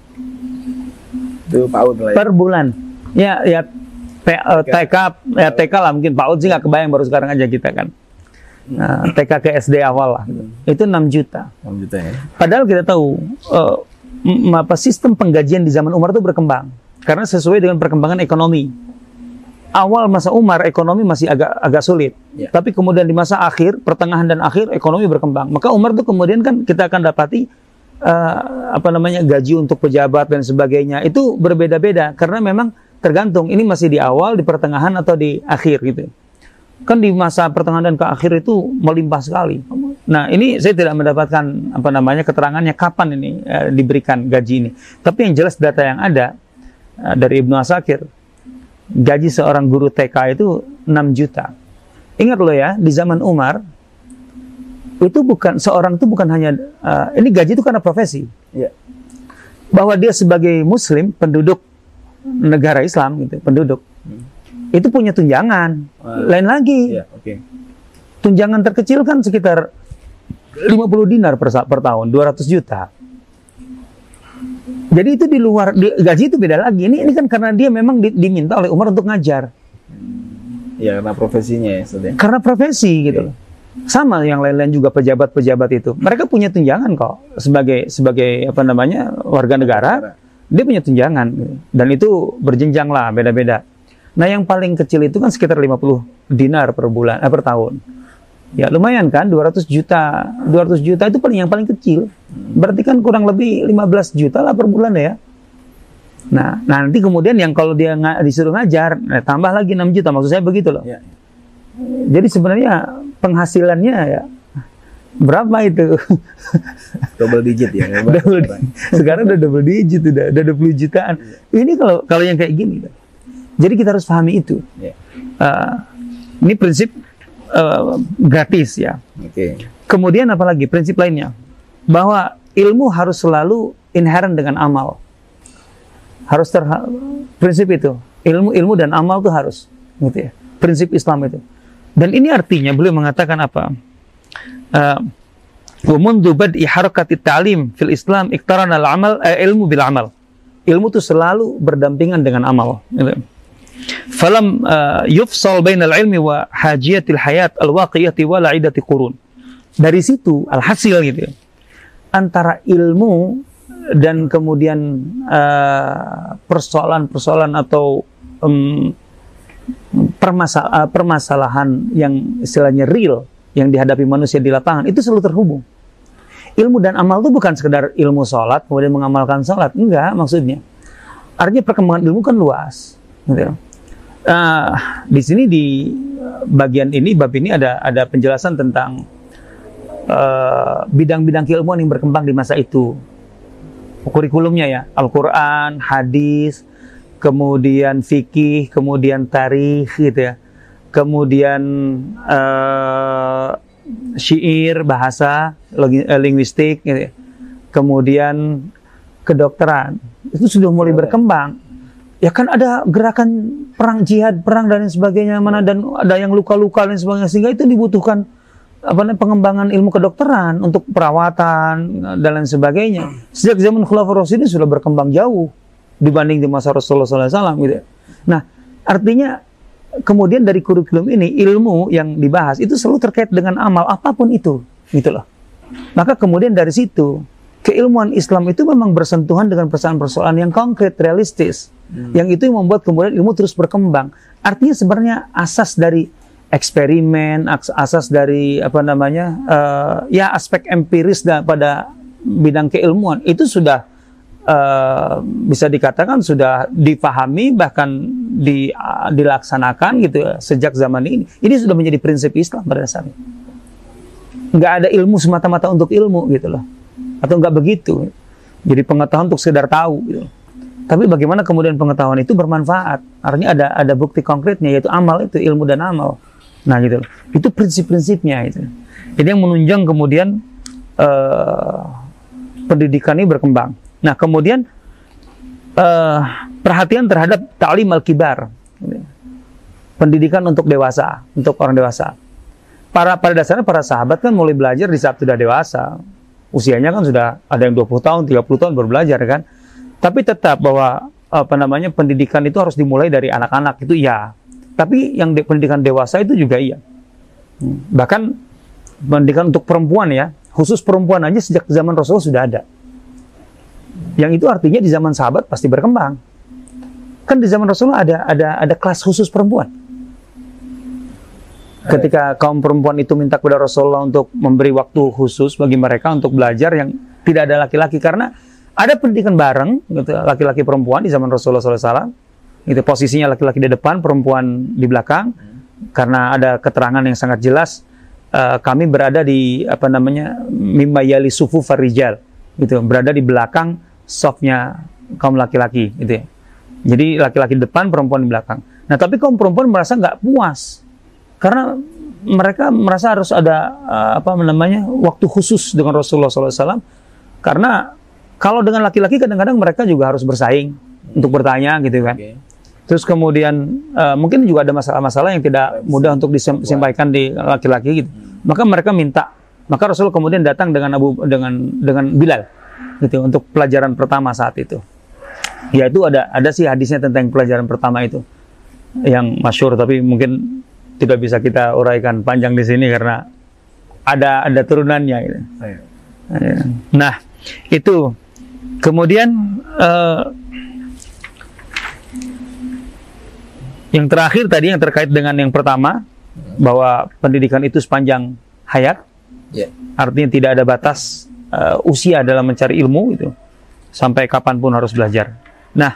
Itu paut lah ya. Per bulan. Ya, ya. P, uh, T K, ya T K lah mungkin P A U D sih nggak kebayang baru sekarang aja kita kan. Nah, T K ke S D awal lah, hmm. itu enam juta. enam juta ya. Padahal kita tahu uh, apa sistem penggajian di zaman Umar itu berkembang karena sesuai dengan perkembangan ekonomi. Awal masa Umar ekonomi masih agak agak sulit, ya. Tapi kemudian di masa akhir, pertengahan dan akhir ekonomi berkembang. Maka Umar itu kemudian kan kita akan dapati uh, apa namanya gaji untuk pejabat dan sebagainya itu berbeda-beda karena memang tergantung ini masih di awal, di pertengahan atau di akhir gitu. Kan di masa pertengahan dan ke akhir itu melimpah sekali. Nah, ini saya tidak mendapatkan apa namanya keterangannya kapan ini eh, diberikan gaji ini. Tapi yang jelas data yang ada eh, dari Ibnu Asakir, gaji seorang guru T K itu enam juta. Ingat loh ya, di zaman Umar itu bukan seorang itu bukan hanya uh, ini gaji itu karena profesi. Ya. Bahwa dia sebagai muslim, penduduk negara Islam gitu, penduduk hmm. itu punya tunjangan uh, lain lagi. Yeah, okay. Tunjangan terkecil kan sekitar lima puluh dinar per, per tahun, dua ratus juta. Jadi itu di luar di, gaji itu beda lagi. Ini ini kan karena dia memang di, diminta oleh Umar untuk ngajar. Ya karena profesinya ya, Ustaz. Karena profesi gitu. Okay. Sama yang lain-lain juga pejabat-pejabat itu. Mereka punya tunjangan kok sebagai sebagai apa namanya warga negara. Dia punya tunjangan dan itu berjenjang lah, beda-beda. Nah, yang paling kecil itu kan sekitar lima puluh dinar per bulan, eh, per tahun. Ya, lumayan kan dua ratus juta. dua ratus juta itu paling yang paling kecil. Berarti kan kurang lebih lima belas juta lah per bulan ya. Nah, nanti kemudian yang kalau dia ng- disuruh ngajar, nah, tambah lagi enam juta, maksud saya begitu loh. Ya. Jadi sebenarnya penghasilannya ya Berapa itu? Double digit ya. Double, sekarang udah double digit, udah, udah dua puluh jutaan. Ini kalau kalau yang kayak gini. Jadi kita harus pahami itu. Yeah. Uh, ini prinsip uh, gratis ya. Okay. Kemudian apalagi prinsip lainnya, bahwa ilmu harus selalu inherent dengan amal. Harus ter prinsip itu. Ilmu ilmu dan amal itu harus, gitu ya. Prinsip Islam itu. Dan ini artinya beliau mengatakan apa? Wa mundu bad'i harakati ta'lim fil Islam iqtarana al-amal eh, ilmu bil amal. Ilmu itu selalu berdampingan dengan amal. Gitu. Falam uh, yufsal bainal ilmi wa hajiyatil hayat al-waqiyati wa la'idati qurun. Dari situ alhasil gitu ya. Antara ilmu dan kemudian persoalan-persoalan uh, atau um, permasal uh, permasalahan yang istilahnya real yang dihadapi manusia di lapangan itu selalu terhubung. Ilmu dan amal itu bukan sekedar ilmu sholat kemudian mengamalkan sholat, enggak maksudnya. Artinya perkembangan ilmu kan luas. Gitu. Uh, di sini di bagian ini bab ini ada ada penjelasan tentang bidang-bidang uh, keilmuan yang berkembang di masa itu. Kurikulumnya ya, Al-Quran, hadis, kemudian fikih, kemudian tarikh gitu ya. Kemudian uh, syair, bahasa, linguistik gitu ya. Kemudian kedokteran. Itu sudah mulai berkembang. Ya kan ada gerakan perang jihad, perang dan sebagainya mana dan ada yang luka-luka dan sebagainya sehingga itu dibutuhkan apa namanya pengembangan ilmu kedokteran untuk perawatan dan lain sebagainya. Sejak zaman Khulafaur Rasyidin sudah berkembang jauh dibanding di masa Rasulullah shallallahu alaihi wasallam gitu. Nah, artinya kemudian dari kurikulum ini ilmu yang dibahas itu selalu terkait dengan amal apapun itu, gitu loh. Maka kemudian dari situ keilmuan Islam itu memang bersentuhan dengan persoalan-persoalan yang konkret, realistis, hmm. yang itu yang membuat kemudian ilmu terus berkembang. Artinya sebenarnya asas dari eksperimen, asas dari apa namanya, uh, ya aspek empiris da, pada bidang keilmuan itu sudah uh, bisa dikatakan sudah dipahami bahkan di, uh, dilaksanakan gitu ya, sejak zaman ini. Ini sudah menjadi prinsip Islam pada dasarnya. Nggak ada ilmu semata-mata untuk ilmu gitu loh, atau nggak begitu. Jadi pengetahuan untuk sekedar tahu gitu. Tapi bagaimana kemudian pengetahuan itu bermanfaat? Artinya ada ada bukti konkretnya yaitu amal itu, ilmu dan amal. Nah gitu loh. Itu prinsip-prinsipnya itu. Jadi yang menunjang kemudian uh, pendidikan ini berkembang. Nah kemudian uh, perhatian terhadap ta'lim al-kibar. Pendidikan untuk dewasa, untuk orang dewasa. Para pada dasarnya para sahabat kan mulai belajar di saat sudah dewasa. Usianya kan sudah ada yang dua puluh tahun, tiga puluh tahun baru belajar kan. Tapi tetap bahwa apa namanya pendidikan itu harus dimulai dari anak-anak itu ya. Tapi yang de pendidikan dewasa itu juga iya. Bahkan pendidikan untuk perempuan ya, khusus perempuan aja sejak zaman Rasulullah sudah ada. Yang itu artinya di zaman sahabat pasti berkembang. Kan di zaman Rasulullah ada ada ada kelas khusus perempuan. Ketika kaum perempuan itu minta kepada Rasulullah untuk memberi waktu khusus bagi mereka untuk belajar yang tidak ada laki-laki karena ada pendidikan bareng gitu, laki-laki perempuan di zaman Rasulullah shallallahu alaihi wasallam. Itu posisinya laki-laki di depan, perempuan di belakang. Hmm. Karena ada keterangan yang sangat jelas, uh, kami berada di apa namanya mimma yali sufuf farijal, gitu, berada di belakang safnya kaum laki-laki, gitu ya. Jadi laki-laki di depan, perempuan di belakang. Nah, tapi kaum perempuan merasa nggak puas karena mereka merasa harus ada uh, apa namanya waktu khusus dengan Rasulullah shallallahu alaihi wasallam. Karena kalau dengan laki-laki kadang-kadang mereka juga harus bersaing hmm. untuk bertanya, gitu kan. Okay. Terus kemudian uh, mungkin juga ada masalah-masalah yang tidak mudah untuk disampaikan di laki-laki gitu. Hmm. Maka mereka minta, maka Rasul kemudian datang dengan Abu dengan dengan Bilal gitu untuk pelajaran pertama saat itu. Ya itu ada ada sih hadisnya tentang pelajaran pertama itu yang masyhur tapi mungkin tidak bisa kita uraikan panjang di sini karena ada ada turunannya gitu. Nah, itu kemudian uh, yang terakhir tadi yang terkait dengan yang pertama bahwa pendidikan itu sepanjang hayat, yeah. Artinya tidak ada batas uh, usia dalam mencari ilmu itu sampai kapanpun harus belajar. Nah,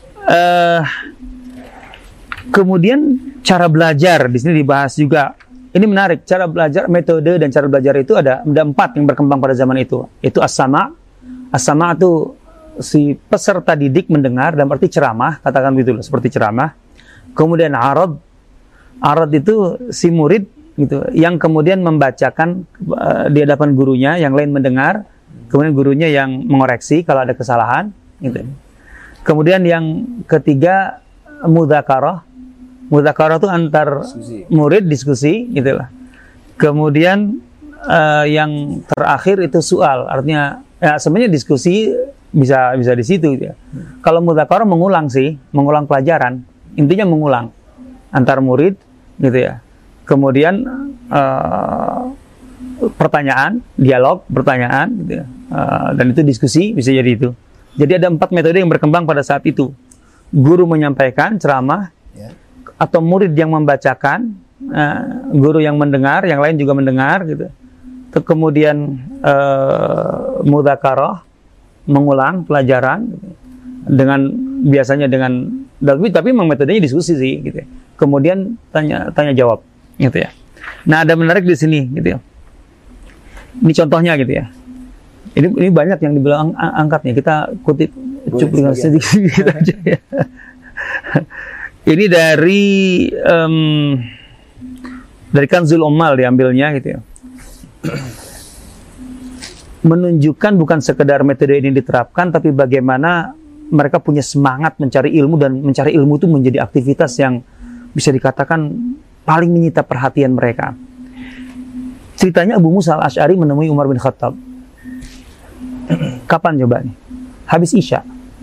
uh, kemudian cara belajar di sini dibahas juga ini menarik. Cara belajar, metode dan cara belajar itu ada, ada empat yang berkembang pada zaman itu. Itu as-sama. As-sama itu si peserta didik mendengar, dan berarti ceramah, katakan begitu, seperti ceramah. Kemudian arad. Arad itu si murid gitu, yang kemudian membacakan uh, di hadapan gurunya, yang lain mendengar, kemudian gurunya yang mengoreksi kalau ada kesalahan gitu. Kemudian yang ketiga mudzakarah. Mudzakarah itu antar diskusi. Murid diskusi gitu lah. Kemudian uh, yang terakhir itu soal, artinya ya sebenarnya diskusi bisa bisa di situ gitu ya. Hmm. Kalau mudzakarah mengulang sih, mengulang pelajaran, intinya mengulang antar murid gitu ya. Kemudian uh, pertanyaan, dialog, pertanyaan gitu ya. Uh, dan itu diskusi bisa jadi itu. Jadi ada empat metode yang berkembang pada saat itu. Guru menyampaikan ceramah, yeah. Atau murid yang membacakan, uh, guru yang mendengar, yang lain juga mendengar gitu. Terus kemudian uh, mudzakarah, mengulang pelajaran gitu. Dengan biasanya dengan tapi tapi memang metodenya diskusi sih gitu. Kemudian tanya tanya jawab gitu ya. Nah, ada menarik di sini gitu ya. Ini contohnya gitu ya. Ini ini banyak yang dibilang ang angkatnya. Kita kutip cuplikan sedikit aja ya. Ini dari um, dari Kanzul Ummal diambilnya gitu ya. Menunjukkan bukan sekedar metode ini diterapkan, tapi bagaimana mereka punya semangat mencari ilmu, dan mencari ilmu itu menjadi aktivitas yang bisa dikatakan paling menyita perhatian mereka. Ceritanya Abu Musa al-Asy'ari menemui Umar bin Khattab. Kapan coba nih? Habis Isya.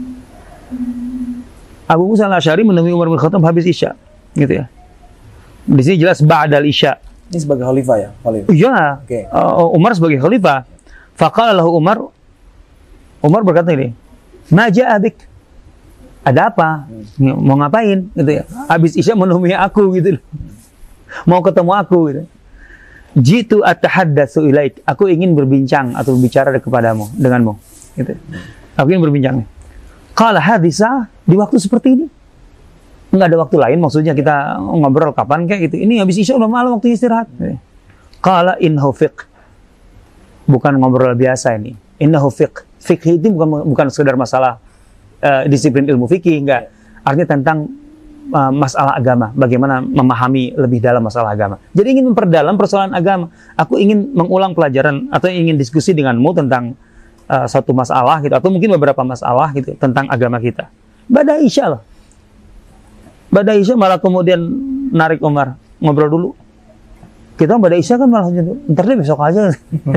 Abu Musa al-Asy'ari menemui Umar bin Khattab habis Isya, gitu ya. Di sini jelas ba'dal Isya. Ini sebagai khalifah ya, khalifah. Iya. Okay. Uh, Umar sebagai khalifah. Faqala lahu Umar, Umar berkata ini, "Ma ja'a bik?" Ada apa? Hmm. Mau ngapain? Gitu ya. Habis Isya menemui aku gitu. Mau ketemu aku gitu. Jitu atahaddatsu ilaik. Aku ingin berbincang atau berbicara kepadamu, denganmu, gitu. Aku ingin berbincang. Qala hadisa, di waktu seperti ini. Enggak ada waktu lain, maksudnya kita ngobrol kapan kayak gitu. Ini habis Isya udah malam, waktunya istirahat. Qala innahu fiqh. Bukan ngobrol biasa ini. Innahu fiqh. Fiqh itu bukan bukan sekedar masalah uh, disiplin ilmu fikih, enggak. Artinya tentang uh, masalah agama, bagaimana memahami lebih dalam masalah agama. Jadi ingin memperdalam persoalan agama. Aku ingin mengulang pelajaran atau ingin diskusi denganmu tentang uh, satu masalah gitu, atau mungkin beberapa masalah gitu tentang agama kita. Ba'da Isya loh. Ba'da Isya malah kemudian narik Umar, ngobrol dulu. Kita ba'da Isya kan malah ntar deh besok aja.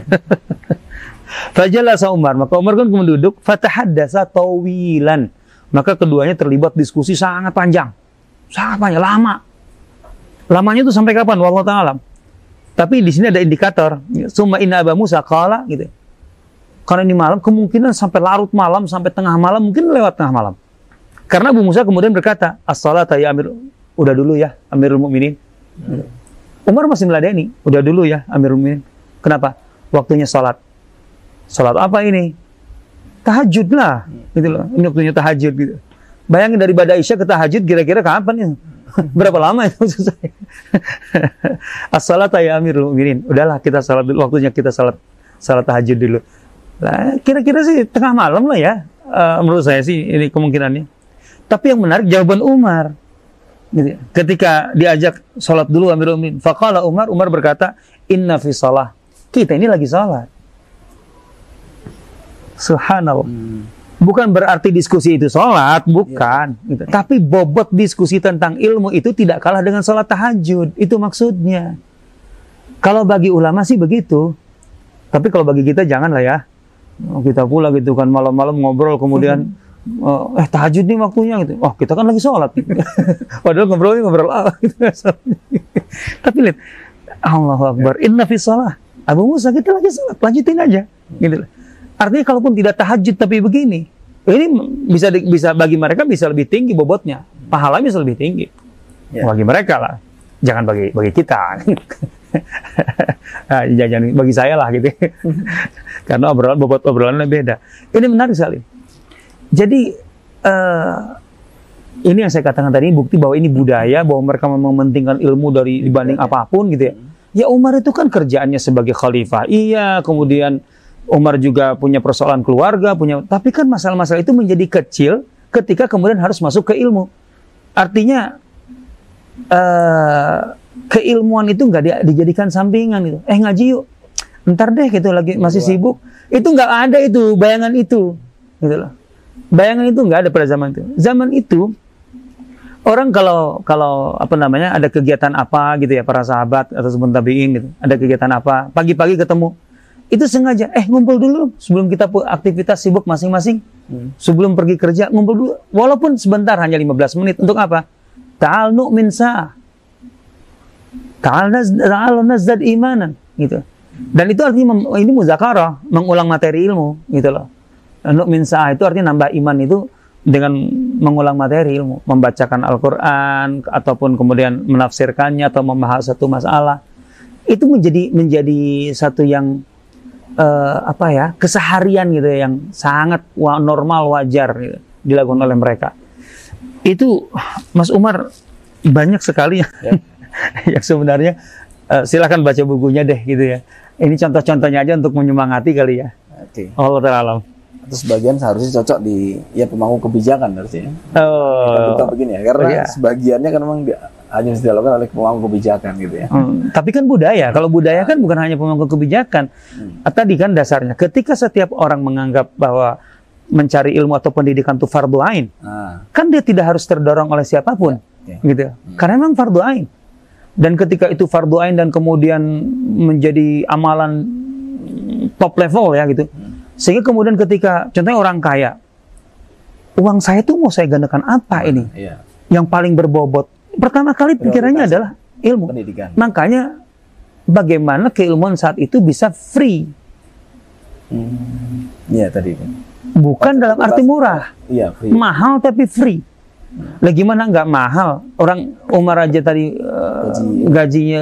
Fajalasa Umar, maka Umar kan kemudian duduk, fatahaddatsa tawilan. Maka keduanya terlibat diskusi sangat panjang. Sangat panjang, lama. Lamanya itu sampai kapan? Wallahu ta'ala. Tapi di sini ada indikator. Summa inna Aba Musa qala gitu. Karena ini malam, kemungkinan sampai larut malam, sampai tengah malam, mungkin lewat tengah malam. Karena Abu Musa kemudian berkata, "As-salata ya Amir." Udah dulu ya, Amirul Mukminin. Hmm. Umar masih meladeni. Udah dulu ya, Amirul Mukminin. Kenapa? Waktunya salat. Salat apa ini? Tahajud lah, gitu loh. Ini waktunya tahajud gitu. Bayangin dari Ba'da Isya ke tahajud kira-kira kapan ya? Berapa lama itu selesai? As-salata ya Amirul Mukminin. Udahlah kita salat dulu, waktunya kita salat salat tahajud dulu. Nah, kira-kira sih tengah malam lah ya. Uh, menurut saya sih ini kemungkinannya. Tapi yang menarik jawaban Umar. Gitu. Ketika diajak salat dulu Amirul Mukminin, faqala Umar, Umar berkata, "Inna fi shalah." Kita ini lagi salat. Subhanallah. Hmm. Bukan berarti diskusi itu sholat, bukan. Ya. Gitu. Tapi bobot diskusi tentang ilmu itu tidak kalah dengan sholat tahajud. Itu maksudnya. Kalau bagi ulama sih begitu. Tapi kalau bagi kita janganlah ya. Kita pula gitu kan malam-malam ngobrol kemudian hmm. eh tahajud nih waktunya gitu. Oh kita kan lagi sholat. Padahal ngobrolnya ngobrol apa gitu. Tapi lihat, Allahu Akbar. Inna fi shalah. Abu Musa kita lagi sholat, lanjutin aja. Gitu. Artinya kalaupun tidak tahajud tapi begini, ini bisa bisa bagi mereka bisa lebih tinggi bobotnya, pahalanya bisa lebih tinggi. Ya. Bagi mereka lah, jangan bagi bagi kita. Nah, jangan bagi saya lah gitu. Karena obrolan bobot obrolannya beda. Ini menarik sekali. Jadi uh, ini yang saya katakan tadi bukti bahwa ini budaya, bahwa mereka mementingkan ilmu dari dibanding apapun gitu ya. Ya Umar itu kan kerjaannya sebagai khalifah. Iya, kemudian Umar juga punya persoalan keluarga, punya, tapi kan masalah-masalah itu menjadi kecil ketika kemudian harus masuk ke ilmu. Artinya uh, keilmuan itu nggak di, dijadikan sampingan gitu. Eh ngaji yuk, ntar deh gitu lagi masih sibuk. Itu nggak ada itu bayangan itu, gitu loh. Bayangan itu nggak ada pada zaman itu. Zaman itu orang kalau kalau apa namanya ada kegiatan apa gitu ya, para sahabat atau sebelum tabiin gitu, ada kegiatan apa, pagi-pagi ketemu. Itu sengaja, eh ngumpul dulu sebelum kita aktivitas sibuk masing-masing. Hmm. Sebelum pergi kerja, ngumpul dulu. Walaupun sebentar, hanya lima belas menit. Untuk apa? Ta'al nu'min sa'ah. Ta'al nazdad imanan. Gitu. Dan itu artinya, ini muzakarah, mengulang materi ilmu. Gitu loh. Nu'min sa'ah itu artinya nambah iman itu dengan mengulang materi ilmu. Membacakan Al-Quran, ataupun kemudian menafsirkannya, atau membahas satu masalah. Itu menjadi menjadi satu yang Uh, apa ya, keseharian gitu ya, yang sangat wa normal, wajar gitu, dilakukan oleh mereka. Itu Mas Umar banyak sekali ya. Yang sebenarnya uh, silakan baca bukunya deh gitu ya. Ini contoh-contohnya aja untuk menyemangati kali ya. Oke. Okay. Allah ta'ala. Terus sebagian seharusnya cocok di ya pemangku kebijakan harusnya. Oh. Kita begini ya, karena iya. Sebagiannya kan memang dia, hanya bisa dilakukan oleh pemangku kebijakan gitu ya. Hmm, tapi kan budaya, kalau budaya kan bukan hanya pemangku kebijakan. Hmm. Tadi kan dasarnya, ketika setiap orang menganggap bahwa mencari ilmu atau pendidikan itu fardu ain, ah. kan dia tidak harus terdorong oleh siapapun, ya, okay. gitu. Hmm. Karena memang fardu ain. Dan ketika itu fardu ain dan kemudian menjadi amalan top level ya gitu. Hmm. Sehingga kemudian ketika, contohnya orang kaya, uang saya tuh mau saya gandakan apa ah, ini? Iya. Yang paling berbobot. Pertama kali pikirannya adalah ilmu. Pendidikan. Makanya bagaimana keilmuan saat itu bisa free. Iya hmm. tadi. Bukan dalam arti murah. Iya, free. Mahal tapi free. Hmm. Lah gimana nggak mahal? Orang Umar aja tadi uh, Gaji. gajinya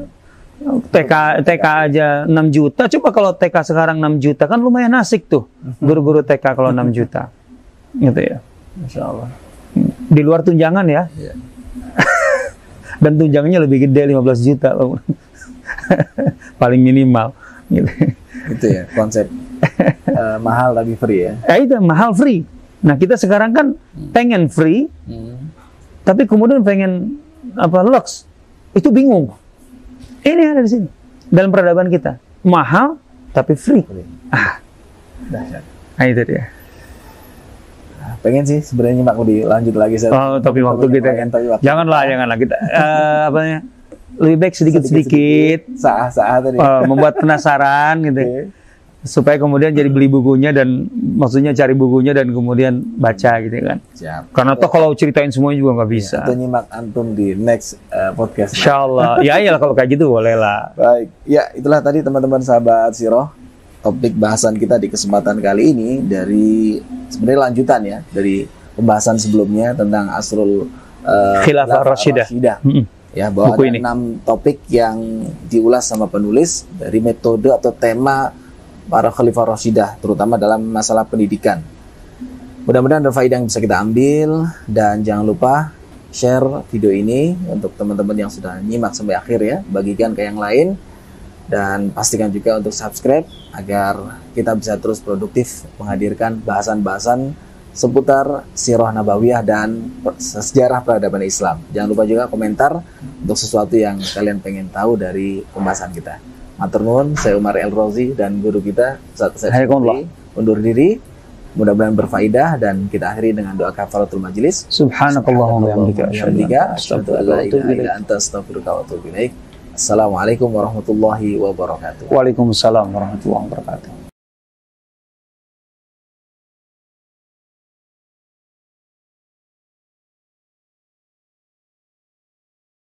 T K T K aja enam juta. Coba kalau T K sekarang enam juta kan lumayan asik tuh. Guru-guru T K kalau enam juta. Gitu ya. Masya Allah. Di luar tunjangan ya. Yeah. Dan tunjangannya lebih gede lima belas juta loh. Paling minimal gitu. Itu ya konsep uh, mahal tapi free ya. Ya itu mahal free. Nah kita sekarang kan hmm. pengen free, hmm. tapi kemudian pengen apa lux. Itu bingung. Ini ada di sini dalam peradaban kita. Mahal tapi free. free. Ah. Nah itu dia. Pengen sih sebenarnya Mak mau dilanjut lagi. Oh, tapi waktu kita kan. Janganlah, janganlah kita uh, apa ya? Lebih baik sedikit-sedikit saah-saah tadi. Uh, membuat penasaran gitu. Okay. Supaya kemudian jadi beli bukunya dan maksudnya cari bukunya dan kemudian baca gitu kan. Siap. Karena toh kalau ceritain semuanya juga nggak bisa. Atau nyimak antum di next uh, podcast. Insyaallah. Ya iyalah kalau kayak gitu boleh lah. Baik. Ya, itulah tadi teman-teman sahabat Sirah. Topik bahasan kita di kesempatan kali ini dari sebenarnya lanjutan ya dari pembahasan sebelumnya tentang asrul uh, Khilafah Rasyidah. Mm-hmm. Ya, bahwa Buku ada ini. enam topik yang diulas sama penulis dari metode atau tema para Khalifah Rasyidah, terutama dalam masalah pendidikan. Mudah-mudahan ada faedah yang bisa kita ambil dan jangan lupa share video ini untuk teman-teman yang sudah nyimak sampai akhir ya, bagikan ke yang lain. Dan pastikan juga untuk subscribe agar kita bisa terus produktif menghadirkan bahasan-bahasan seputar Sirah Nabawiyah dan sejarah peradaban Islam. Jangan lupa juga komentar untuk sesuatu yang kalian pengen tahu dari pembahasan kita. Matur nuwun, saya Umar El Rozi dan guru kita Ustaz Said undur diri. Mudah-mudahan berfaedah dan kita akhiri dengan doa kafaratul majelis. Subhanakallahumma wa bihamdika asyhadu an la ilaha illa anta astaghfiruka wa atubu ilaik. Assalamualaikum warahmatullahi wabarakatuh. Waalaikumsalam warahmatullahi wabarakatuh.